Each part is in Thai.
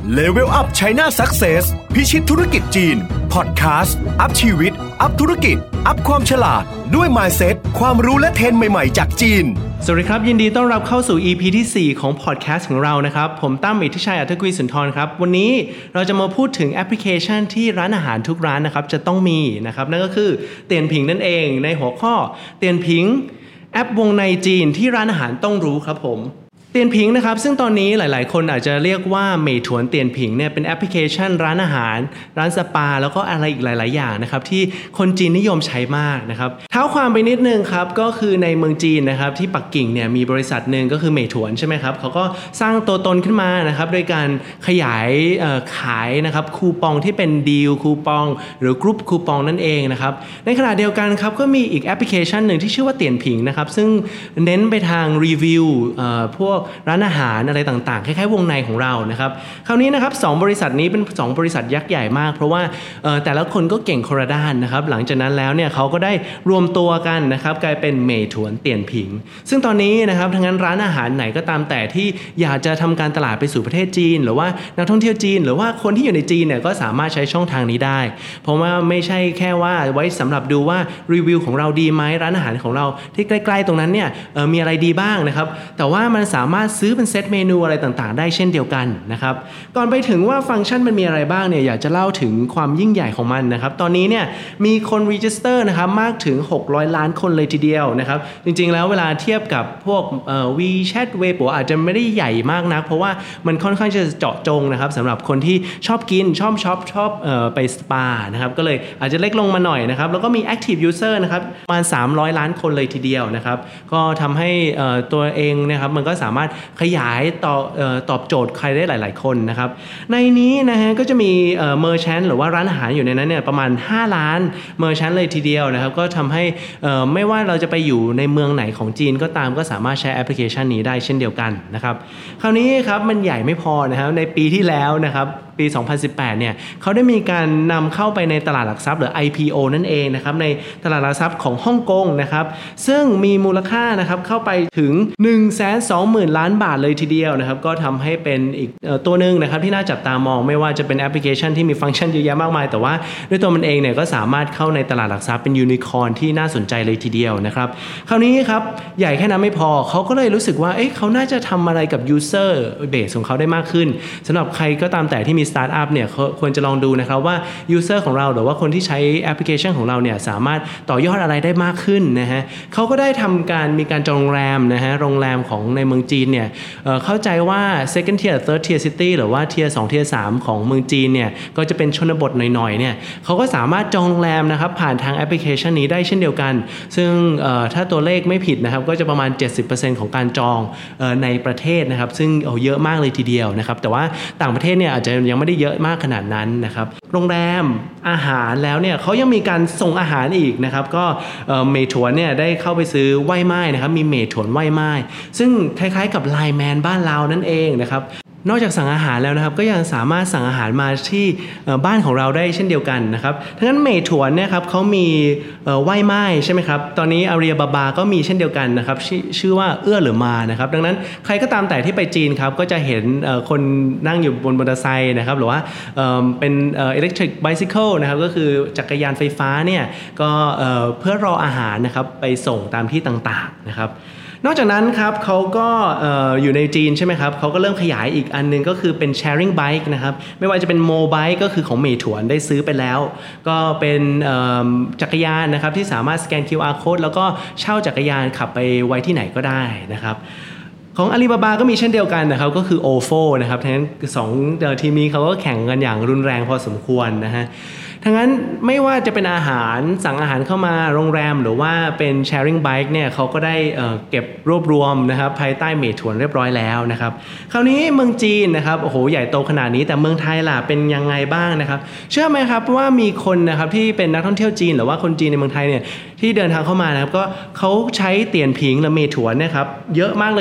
Level Up China Success พิชิตธุรกิจจีนพอดแคสต์อัพชีวิตอัพธุรกิจอัพความฉลาดด้วย Mindset ความรู้และเทรนด์ใหม่ๆจากจีนสวัสดีครับยินดีต้อนรับเข้าสู่ EP ที่4ของพอดแคสต์ของเรานะครับผมตั้มอิทธิชัยอัธกุลสุนทรครับวันนี้เราจะมาพูดถึงแอปพลิเคชันที่ร้านอาหารทุกร้านนะครับจะต้องมีนะครับนั่นก็คือเตียนผิงนั่นเองในหัวข้อเตียนผิงแอปวงในจีนที่ร้านอาหารต้องรู้ครับผมเตียนผิงนะครับซึ่งตอนนี้หลายๆคนอาจจะเรียกว่าเหม่ยถวนเตียนผิงเนี่ยเป็นแอปพลิเคชันร้านอาหารร้านสปาแล้วก็อะไรอีกหลายๆอย่างนะครับที่คนจีนนิยมใช้มากนะครับเท้าความไปนิดนึงครับก็คือในเมืองจีนนะครับที่ปักกิ่งเนี่ยมีบริษัทหนึ่งก็คือเหม่ยถวนใช่ไหมครับเขาก็สร้างตัวตนขึ้นมานะครับโดยการขยายขายนะครับคูปองที่เป็นดีลคูปองหรือกรุ๊ปคูปองนั่นเองนะครับในขณะเดียวกันครับก็มีอีกแอปพลิเคชันหนึ่งที่ชื่อว่าเตียนผิงนะครับซึ่งเน้นไปทางรีวิวพวกร้านอาหารอะไรต่างๆคล้ายๆวงในของเรานะครับคราวนี้นะครับ2บริษัทนี้เป็น2บริษัทยักษ์ใหญ่มากเพราะว่าแต่ละคนก็เก่งคนละด้านนะครับหลังจากนั้นแล้วเนี่ยเขาก็ได้รวมตัวกันนะครับกลายเป็นเหม่ยถวนเตียนผิงซึ่งตอนนี้นะครับทั้งนั้นร้านอาหารไหนก็ตามแต่ที่อยากจะทำการตลาดไปสู่ประเทศจีนหรือว่านักท่องเที่ยวจีนหรือว่าคนที่อยู่ในจีนเนี่ยก็สามารถใช้ช่องทางนี้ได้เพราะว่าไม่ใช่แค่ว่าไว้สำหรับดูว่ารีวิวของเราดีไหมร้านอาหารของเราที่ใกล้ๆตรงนั้นเนี่ยมีอะไรดีบ้างนะครับแต่ว่ามันสามารถซื้อเป็นเซตเมนูอะไรต่างๆได้เช่นเดียวกันนะครับก่อนไปถึงว่าฟังก์ชันมันมีอะไรบ้างเนี่ยอยากจะเล่าถึงความยิ่งใหญ่ของมันนะครับตอนนี้เนี่ยมีคนรีจิสเตอร์นะครับมากถึง600ล้านคนเลยทีเดียวนะครับจริงๆแล้วเวลาเทียบกับพวกWeChat Weibo อาจจะไม่ได้ใหญ่มากนักเพราะว่ามันค่อนข้างจะเจาะจงนะครับสำหรับคนที่ชอบกินชอบไปสปานะครับก็เลยอาจจะเล็กลงมาหน่อยนะครับแล้วก็มี Active User นะครับประมาณ300ล้านคนเลยทีเดียวนะครับก็ทำให้ตัวเองนะครับมันก็สามารถขยายตอบโจทย์ใครได้หลายๆคนนะครับในนี้นะฮะก็จะมีเมอร์แชนต์หรือว่าร้านอาหารอยู่ในนั้นเนี่ยประมาณ5ล้านเมอร์แชนต์เลยทีเดียวนะครับก็ทำให้ไม่ว่าเราจะไปอยู่ในเมืองไหนของจีนก็ตามก็สามารถใช้แอปพลิเคชันนี้ได้เช่นเดียวกันนะครับคราวนี้ครับมันใหญ่ไม่พอนะครับในปีที่แล้วนะครับปี 2018 เนี่ยเขาได้มีการนำเข้าไปในตลาดหลักทรัพย์หรือ IPO นั่นเองนะครับในตลาดหลักทรัพย์ของฮ่องกงนะครับซึ่งมีมูลค่านะครับเข้าไปถึง 120,000 ล้านบาทเลยทีเดียวนะครับก็ทำให้เป็นอีกตัวนึงนะครับที่น่าจับตามองไม่ว่าจะเป็นแอปพลิเคชันที่มีฟังก์ชันเยอะแยะมากมายแต่ว่าด้วยตัวมันเองเนี่ยก็สามารถเข้าในตลาดหลักทรัพย์เป็นยูนิคอร์นที่น่าสนใจเลยทีเดียวนะครับคราวนี้ครับใหญ่แค่นั้นไม่พอเขาก็เลยรู้สึกว่าเขาน่าจะทำอะไรกับ user base ของเขาได้มากขึ้นสำหรับใครก็ตามแต่ที่มีสตาร์ทอัพเนี่ยควรจะลองดูนะครับว่า user ของเราหรือว่าคนที่ใช้แอปพลิเคชันของเราเนี่ยสามารถต่อยอดอะไรได้มากขึ้นนะฮะเขาก็ได้ทำการมีการจองโรงแรมนะฮะโรงแรมของในเมืองจีนเนี่ยเข้าใจว่า second tier third tier city หรือว่า tier 2 tier 3ของเมืองจีนเนี่ยก็จะเป็นชนบทหน่อยๆเนี่ยเขาก็สามารถจองโรงแรมนะครับผ่านทางแอปพลิเคชันนี้ได้เช่นเดียวกันซึ่งถ้าตัวเลขไม่ผิดนะครับก็จะประมาณ 70% ของการจองในประเทศนะครับซึ่งเยอะมากเลยทีเดียวนะครับแต่ว่าต่างประเทศเนี่ยอาจจะยังไม่ได้เยอะมากขนาดนั้นนะครับโรงแรมอาหารแล้วเนี่ยเขายังมีการส่งอาหารอีกนะครับก็เหม่ยถวนเนี่ยได้เข้าไปซื้อไหว้ไม้นะครับมีเหม่ยถวนไหว้ไม้ซึ่งคล้ายๆกับไลน์แมนบ้านเรานั่นเองนะครับนอกจากสั่งอาหารแล้วนะครับก็ยังสามารถสั่งอาหารมาที่บ้านของเราได้เช่นเดียวกันนะครับทั้งนั้นเหม่ยถวนเนี่ยครับเขามีไหว้ไม้ใช่ไหมครับตอนนี้อาลีบาบาก็มีเช่นเดียวกันนะครับชื่อว่าเอื้อหรือมานะครับดังนั้นใครก็ตามแต่ที่ไปจีนครับก็จะเห็นคนนั่งอยู่บนมอเตอร์ไซค์นะครับหรือว่าเป็นelectric bicycle นะครับก็คือจักรยานไฟฟ้าเนี่ยก็เพื่อรออาหารนะครับไปส่งตามที่ต่างๆนะครับนอกจากนั้นครับเขาก็อยู่ในจีนใช่ไหมครับเขาก็เริ่มขยายอีกอันนึงก็คือเป็น sharing bike นะครับไม่ว่าจะเป็น Mobike ก็คือของเหม่ยถวนได้ซื้อไปแล้วก็เป็นจักรยานนะครับที่สามารถสแกน QR code แล้วก็เช่าจักรยานขับไปไว้ที่ไหนก็ได้นะครับของอาลีบาบาก็มีเช่นเดียวกันนะครับก็คือ OFO นะครับทั้งนั้น2ทีมนี้เขาก็แข่งกันอย่างรุนแรงพอสมควรนะฮะทั้งนั้นไม่ว่าจะเป็นอาหารสั่งอาหารเข้ามาโรงแรมหรือว่าเป็น sharing bike เนี่ยเขาก็ได้เก็บรวบรวมนะครับภายใต้เหม่ยถวนเรียบร้อยแล้วนะครับคราวนี้เมืองจีนนะครับโอ้โหใหญ่โตขนาดนี้แต่เมืองไทยล่ะเป็นยังไงบ้างนะครับเชื่อไหมครับว่ามีคนนะครับที่เป็นนักท่องเที่ยวจีนหรือว่าคนจีนในเมืองไทยเนี่ยที่เดินทางเข้ามานะครับก็เขาใช้เตียนผิงและเหม่ยถวนนะครับเยอะมากเลยทีเดียว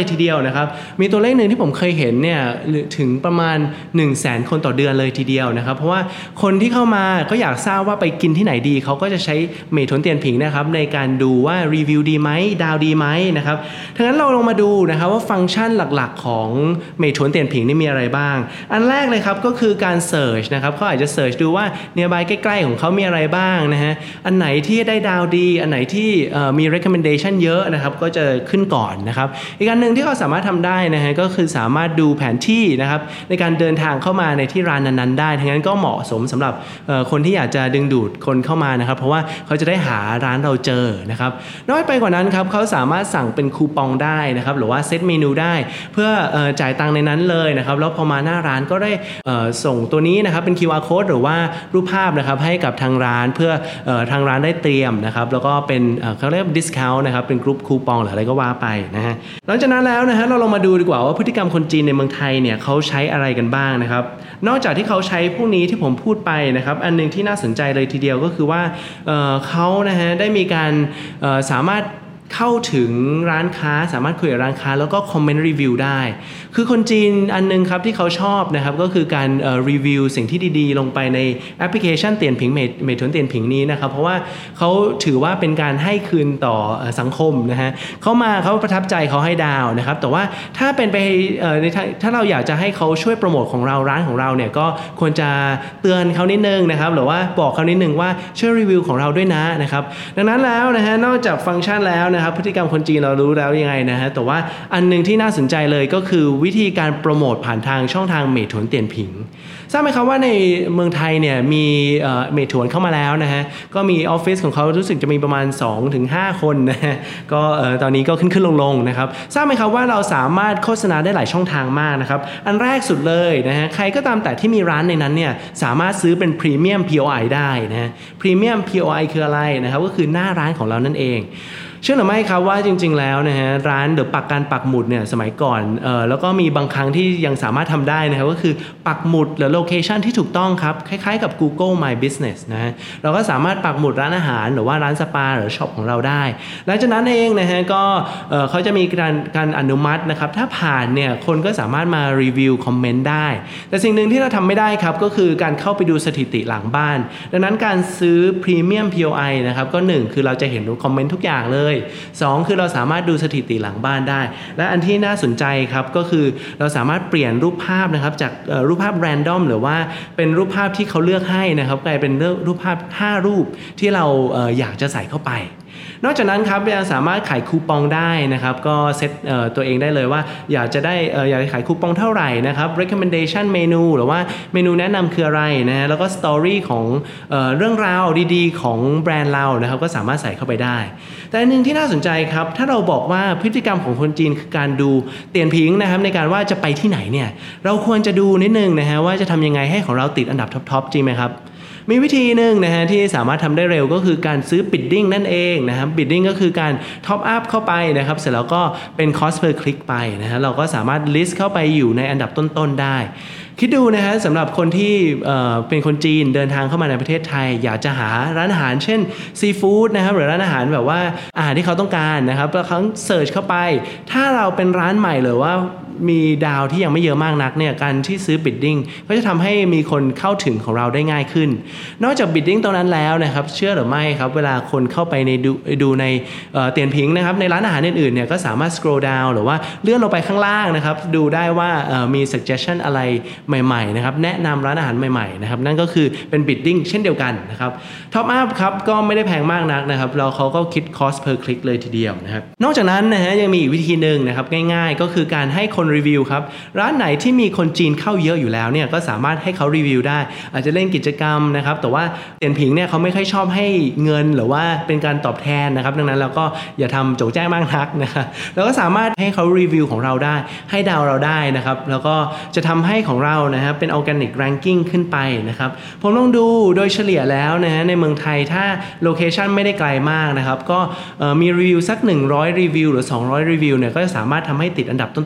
นะครับมีตัวเลขหนึ่งที่ผมเคยเห็นเนี่ยถึงประมาณ 100,000 คนต่อเดือนเลยทีเดียวนะครับเพราะว่าคนที่เข้ามาก็อยากทราบว่าไปกินที่ไหนดีเขาก็จะใช้เหมยถวนเตียนผิงนะครับในการดูว่ารีวิวดีไหมดาวดีไหมนะครับทั้งนั้นเราลงมาดูนะครับว่าฟังก์ชันหลักๆของเหมยถวนเตียนผิงนี่มีอะไรบ้างอันแรกเลยครับก็คือการเสิร์ชนะครับเขาอาจจะเสิร์ชดูว่าเนียร์บายใกล้ๆของเขามีอะไรบ้างนะฮะอันไหนที่ได้ดาวดีอันไหนที่มี recommendation เยอะนะครับก็จะขึ้นก่อนนะครับอีกอันหนึ่งที่เขาสามารถทำได้นะฮะก็คือสามารถดูแผนที่นะครับในการเดินทางเข้ามาในที่ร้านนั้นๆได้ทั้งนั้นก็เหมาะสมสำหรับคนที่อยากจะดึงดูดคนเข้ามานะครับเพราะว่าเขาจะได้หาร้านเราเจอนะครับน้อยไปกว่านั้นครับเขาสามารถสั่งเป็นคูปองได้นะครับหรือว่าเซตเมนูได้เพื่อจ่ายตังค์ในนั้นเลยนะครับแล้วพอมาหน้าร้านก็ได้ส่งตัวนี้นะครับเป็น QR code หรือว่ารูปภาพนะครับให้กับทางร้านเพื่อทางร้านได้เตรียมนะครับแล้วก็เป็นเขาเรียก discount นะครับเป็นกรุ๊ปคูปองหรืออะไรก็ว่าไปนะฮะหลังจากนั้นแล้วนะฮะเราลองมาดูดีกว่าว่าพฤติกรรมคนจีนในเมืองไทยเนี่ยเขาใช้อะไรกันบ้างนะครับนอกจากที่เขาใช้พวกนี้ที่ผมพูดไปนะครับอันนึงที่น่าสนใจเลยทีเดียวก็คือว่าเขานะฮะได้มีการสามารถเข้าถึงร้านค้าสามารถคุยกับร้านค้าแล้วก็คอมเมนต์รีวิวได้คือคนจีนอันนึงครับที่เขาชอบนะครับก็คือการรีวิวสิ่งที่ดีๆลงไปในแอปพลิเคชันเตียนผิงเหมยถวนเตียนผิงนี้นะครับเพราะว่าเขาถือว่าเป็นการให้คืนต่อสังคมนะฮะเขาประทับใจเขาให้ดาวนะครับแต่ว่าถ้าเป็นไปถ้าเราอยากจะให้เขาช่วยโปรโมทของเราร้านของเราเนี่ยก็ควรจะเตือนเขานิดนึงนะครับหรือว่าบอกเขานิดนึงว่าช่วยรีวิวของเราด้วยนะครับดังนั้นแล้วนะฮะนอกจากฟังก์ชันแล้วนะครับพฤติกรรมคนจีนเรารู้แล้วยังไงนะฮะแต่ว่าอันนึงที่น่าสนใจเลยก็คือวิธีการโปรโมทผ่านทางช่องทางเหมยถวนเตียนผิงทราบไหมครับว่าในเมืองไทยเนี่ยมีเหมยถวนเข้ามาแล้วนะฮะก็มีออฟฟิศของเขารู้สึกจะมีประมาณ 2-5 คนนะฮะก็ตอนนี้ก็ขึ้นลงนะครับทราบไหมครับว่าเราสามารถโฆษณาได้หลายช่องทางมากนะครับอันแรกสุดเลยนะฮะใครก็ตามแต่ที่มีร้านในนั้นเนี่ยสามารถซื้อเป็นพรีเมียม POI ได้นะฮะพรีเมียม POI คืออะไรนะครับก็คือหน้าร้านของเรานั่นเองเชื่อหรือไม่ครับว่าจริงๆแล้วนะฮะร้านหรือการปักหมุดเนี่ยสมัยก่อนแล้วก็มีบางครั้งที่ยังสามารถทำได้นะครับก็คือปักหมุดหรือโลเคชันที่ถูกต้องครับคล้ายๆกับ Google My Business นะฮะเราก็สามารถปักหมุดร้านอาหารหรือว่าร้านสปาหรือช็อปของเราได้หลังจากนั้นเองนะฮะก็เขาจะมีการอนุมัตินะครับถ้าผ่านเนี่ยคนก็สามารถมารีวิวคอมเมนต์ได้แต่สิ่งหนึ่งที่เราทำไม่ได้ครับก็คือการเข้าไปดูสถิติหลังบ้านดังนั้นการซื้อ Premium POI นะครับก็1คือเราจะเห็นคอมเมนต์ทุกอย่างเลย2คือเราสามารถดูสถิติหลังบ้านได้และอันที่น่าสนใจครับก็คือเราสามารถเปลี่ยนรูปภาพนะครับจากรูปภาพแรนดอมหรือว่าเป็นรูปภาพที่เขาเลือกให้นะครับกลายเป็นรูปภาพ5รูปที่เราอยากจะใส่เข้าไปนอกจากนั้นครับยังสามารถขายคูปองได้นะครับก็เซตตัวเองได้เลยว่าอยากจะขายคูปองเท่าไหร่นะครับ recommendation เมนูหรือว่าเมนูแนะนำคืออะไรนะฮะแล้วก็สตอรี่ของเรื่องราวดีๆของแบรนด์เรานะครับก็สามารถใส่เข้าไปได้แต่อันนึงที่น่าสนใจครับถ้าเราบอกว่าพฤติกรรมของคนจีนคือการดูเตียนผิงนะครับในการว่าจะไปที่ไหนเนี่ยเราควรจะดูนิดนึงนะฮะว่าจะทำยังไงให้ของเราติดอันดับท็อปจริงไหมครับมีวิธีหนึ่งนะฮะที่สามารถทำได้เร็วก็คือการซื้อ bidding นั่นเองนะครับ bidding ก็คือการ top up เข้าไปนะครับเสร็จแล้วก็เป็น cost per click ไปนะฮะเราก็สามารถ list เข้าไปอยู่ในอันดับต้นๆได้คิดดูนะฮะสำหรับคนที่เป็นคนจีนเดินทางเข้ามาในประเทศไทยอยากจะหาร้านอาหารเช่นซีฟู้ดนะครับหรือร้านอาหารแบบว่าอาหารที่เขาต้องการนะครับแล้วเขาเสิร์ชเข้าไปถ้าเราเป็นร้านใหม่หรือว่ามีดาวที่ยังไม่เยอะมากนักเนี่ยการที่ซื้อ bidding ก็จะทำให้มีคนเข้าถึงของเราได้ง่ายขึ้นนอกจาก bidding ตรงนั้นแล้วนะครับเชื่อหรือไม่ครับเวลาคนเข้าไปในดูในเตียนผิงนะครับในร้านอาหารอื่นๆเนี่ยก็สามารถ scroll down หรือว่าเลื่อนลงไปข้างล่างนะครับดูได้ว่ามี suggestion อะไรใหม่ๆนะครับแนะนำร้านอาหารใหม่ๆนะครับนั่นก็คือเป็น bidding เช่นเดียวกันนะครับ top up ครับก็ไม่ได้แพงมากนักนะครับแล้วเขาก็คิด cost per click เลยทีเดียวนะครับนอกจากนั้นนะฮะยังมีอีกวิธีนึงนะครับง่ายๆก็คือการให้คนรีวิวครับร้านไหนที่มีคนจีนเข้าเยอะอยู่แล้วเนี่ยก็สามารถให้เขารีวิวได้อาจจะเล่นกิจกรรมนะครับแต่ว่าเตียนผิงเนี่ยเขาไม่ค่อยชอบให้เงินหรือว่าเป็นการตอบแทนนะครับดังนั้นเราก็อย่าทำโจแจ้งมากนักนะครับเราก็สามารถให้เขารีวิวของเราได้ให้ดาวเราได้นะครับแล้วก็จะทำให้ของเรานะครับเป็น organic ranking ขึ้นไปนะครับผมลองดูโดยเฉลี่ยแล้วนะฮะในเมืองไทยถ้าโลเคชันไม่ได้ไกลมากนะครับก็มีรีวิวสัก100รีวิวหรือ200รีวิวเนี่ยก็จะสามารถทำให้ติดอันดับต้นๆได้แล้ว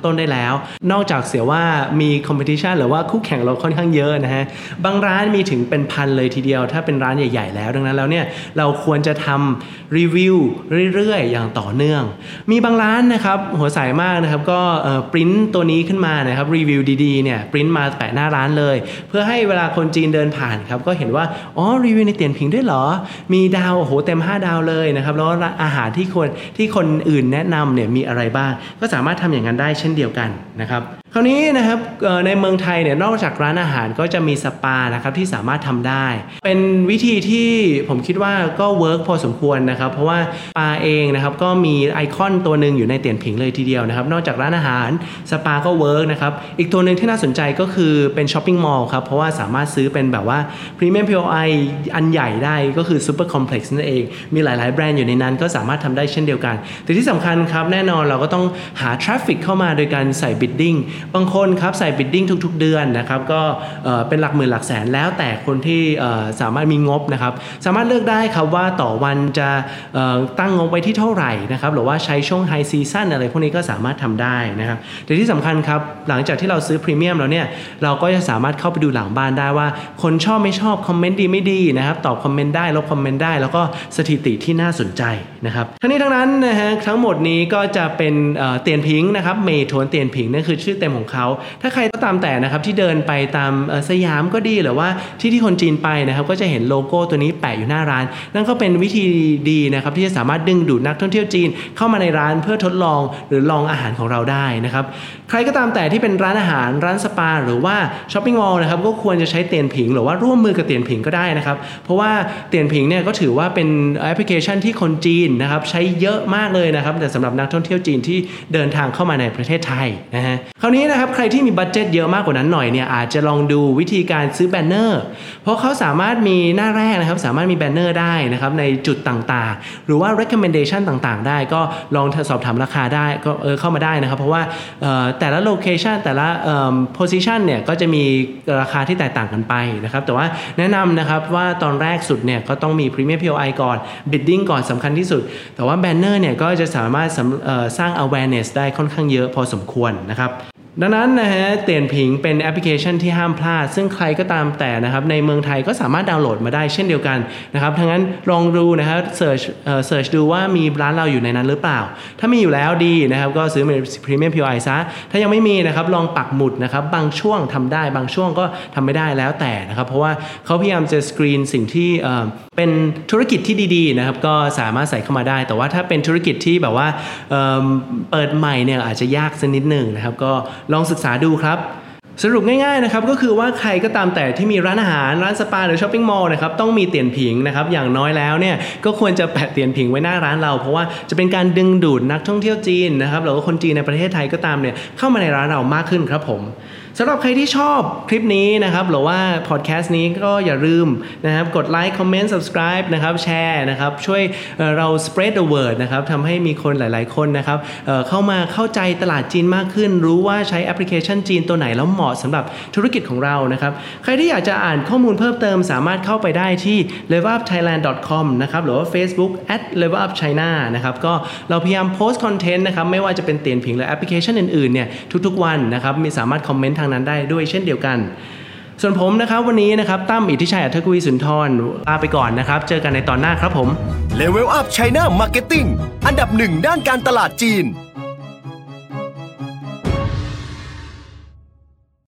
แล้วนอกจากเสียว่ามี competition หรือว่าคู่แข่งเราค่อนข้างเยอะนะฮะบางร้านมีถึงเป็นพันเลยทีเดียวถ้าเป็นร้านใหญ่ๆแล้วดังนั้นแล้วเนี่ยเราควรจะทำรีวิวเรื่อยๆอย่างต่อเนื่องมีบางร้านนะครับหัวใสมากนะครับก็ปริ้นตัวนี้ขึ้นมานะครับรีวิวดีๆเนี่ยปริ้นมาแปะหน้าร้านเลยเพื่อให้เวลาคนจีนเดินผ่านครับก็เห็นว่าอ๋อรีวิวในเตียนผิงด้วยเหรอมีดาวโอ้โหเต็ม5ดาวเลยนะครับแล้วอาหารที่คนอื่นแนะนำเนี่ยมีอะไรบ้างก็สามารถทำอย่างนั้นได้เช่นเดียวกันนะครับคราวนี้นะครับในเมืองไทยเนี่ยนอกจากร้านอาหารก็จะมีสปานะครับที่สามารถทำได้เป็นวิธีที่ผมคิดว่าก็เวิร์กพอสมควรนะครับเพราะว่าสปาเองนะครับก็มีไอคอนตัวหนึ่งอยู่ในเตียนผิงเลยทีเดียวนะครับนอกจากร้านอาหารสปาก็เวิร์กนะครับอีกตัวหนึ่งที่น่าสนใจก็คือเป็นช้อปปิ้งมอลล์ครับเพราะว่าสามารถซื้อเป็นแบบว่าพรีเมียม POI อันใหญ่ได้ก็คือซูเปอร์คอมเพล็กซ์นั่นเองมีหลายๆแบรนด์อยู่ในนั้นก็สามารถทำได้เช่นเดียวกันแต่ที่สำคัญครับแน่นอนเราก็ต้องหาทราฟฟิกเข้ามาโดยการใส่บิดดิ้งบางคนครับใส่บิดดิ้งทุกๆเดือนนะครับก็เป็นหลักหมื่นหลักแสนแล้วแต่คนที่สามารถมีงบนะครับสามารถเลือกได้ครับว่าต่อวันจะตั้งงบไว้ที่เท่าไหร่นะครับหรือว่าใช้ช่วงไฮซีซั่นอะไรพวกนี้ก็สามารถทำได้นะครับแต่ที่สำคัญครับหลังจากที่เราซื้อพรีเมียมแล้วเนี่ยเราก็จะสามารถเข้าไปดูหลังบ้านได้ว่าคนชอบไม่ชอบคอมเมนต์ดีไม่ดีนะครับตอบคอมเมนต์ได้ลบคอมเมนต์ได้แล้วก็สถิติที่น่าสนใจนะครับทั้งนี้ทั้งนั้นนะฮะทั้งหมดนี้ก็จะเป็นเตียนผิงนะครับเมทวนเตียนผิงนั่นคือชื่อเต็มของเขาถ้าใครก็ตามแต่นะครับที่เดินไปตามสยามก็ดีหรือว่าที่คนจีนไปนะครับก็จะเห็นโลโก้ตัวนี้แปะอยู่หน้าร้านนั่นก็เป็นวิธีดีนะครับที่จะสามารถดึงดูดนักท่องเที่ยวจีนเข้ามาในร้านเพื่อทดลองหรือลองอาหารของเราได้นะครับใครก็ตามแต่ที่เป็นร้านอาหารร้านสปาหรือว่าช้อปปิ้งมอลล์นะครับก็ควรจะใช้เตียนผิงหรือว่าร่วมมือกับเตียนผิงก็ได้นะครับเพราะว่าเตียนผิงเนี่ยก็ถือว่าเป็นแอปพลิเคชันที่คนจีนนะครับใช้เยอะมากเลยนะครับแต่สำหรับนักท่องเที่ยวจีนที่เดินทางเข้ามาในประเทศไทยนะฮะคราวนี้นะครับใครที่มีบัดเจ็ตเยอะมากกว่านั้นหน่อยเนี่ยอาจจะลองดูวิธีการซื้อแบนเนอร์เพราะเขาสามารถมีหน้าแรกนะครับสามารถมีแบนเนอร์ได้นะครับในจุดต่างๆหรือว่า recommendation ต่างๆได้ก็ลองสอบถามราคาได้ก็เข้ามาได้นะครับเพราะว่าแต่ละโลเคชันแต่ละposition เนี่ยก็จะมีราคาที่แตกต่างกันไปนะครับแต่ว่าแนะนำนะครับว่าตอนแรกสุดเนี่ยก็ต้องมี Premium POI ก่อน Bidding ก่อนสำคัญที่สุดแต่ว่าแบนเนอร์เนี่ยก็จะสามารถสร้าง awareness ได้ค่อนข้างเยอะพอสมควรนะครับดังนั้นนะฮะเตียนผิงเป็นแอปพลิเคชันที่ห้ามพลาดซึ่งใครก็ตามแต่นะครับในเมืองไทยก็สามารถดาวน์โหลดมาได้เช่นเดียวกันนะครับทั้งนั้นลองดูนะครับเสิร์ชดูว่ามีร้านเราอยู่ในนั้นหรือเปล่าถ้ามีอยู่แล้วดีนะครับก็ซื้อเป็น Premium POI ซะถ้ายังไม่มีนะครับลองปักหมุดนะครับบางช่วงทำได้บางช่วงก็ทำไม่ได้แล้วแต่นะครับเพราะว่าเขาพยายามจะสกรีนสิ่งที่เป็นธุรกิจที่ดีๆนะครับก็สามารถใส่เข้ามาได้แต่ว่าถ้าเป็นธุรกิจที่แบบว่าเปิดใหม่เนี่ยอาจจะยากสักนิดหนึ่งนะครับก็ลองศึกษาดูครับสรุปง่ายๆนะครับก็คือว่าใครก็ตามแต่ที่มีร้านอาหารร้านสปาหรือช้อปปิ้งมอลล์นะครับต้องมีเตียนผิงนะครับอย่างน้อยแล้วเนี่ยก็ควรจะแปะเตียนผิงไว้หน้าร้านเราเพราะว่าจะเป็นการดึงดูดนักท่องเที่ยวจีนนะครับหรือว่าคนจีนในประเทศไทยก็ตามเนี่ยเข้ามาในร้านเรามากขึ้นครับผมสำหรับใครที่ชอบคลิปนี้นะครับหรือว่าพอดแคสต์นี้ก็อย่าลืมนะครับกดไลค์คอมเมนต์ subscribe นะครับแชร์นะครับช่วยเรา spread the word นะครับทำให้มีคนหลายๆคนนะครับเข้ามาเข้าใจตลาดจีนมากขึ้นรู้ว่าใช้แอปพลิเคชันจีนตัวไหนแล้วเหมาะสำหรับธุรกิจของเรานะครับใครที่อยากจะอ่านข้อมูลเพิ่มเติมสามารถเข้าไปได้ที่ levelupthailand.com นะครับหรือว่า Facebook @levelupchina นะครับก็เราพยายามโพสต์คอนเทนต์นะครับไม่ว่าจะเป็นเตียนผิงหรือแอปพลิเคชันอื่นๆเนี่ยทุกๆวันนะครับมีสามารถคอมเมนต์ทางนั้นได้ด้วยเช่นเดียวกันส่วนผมนะครับวันนี้นะครับตั้มอิทธิชัยอัธกวีสุนทรลาไปก่อนนะครับเจอกันในตอนหน้าครับผม Level Up China Marketing อันดับ 1 ด้านการตลาดจีน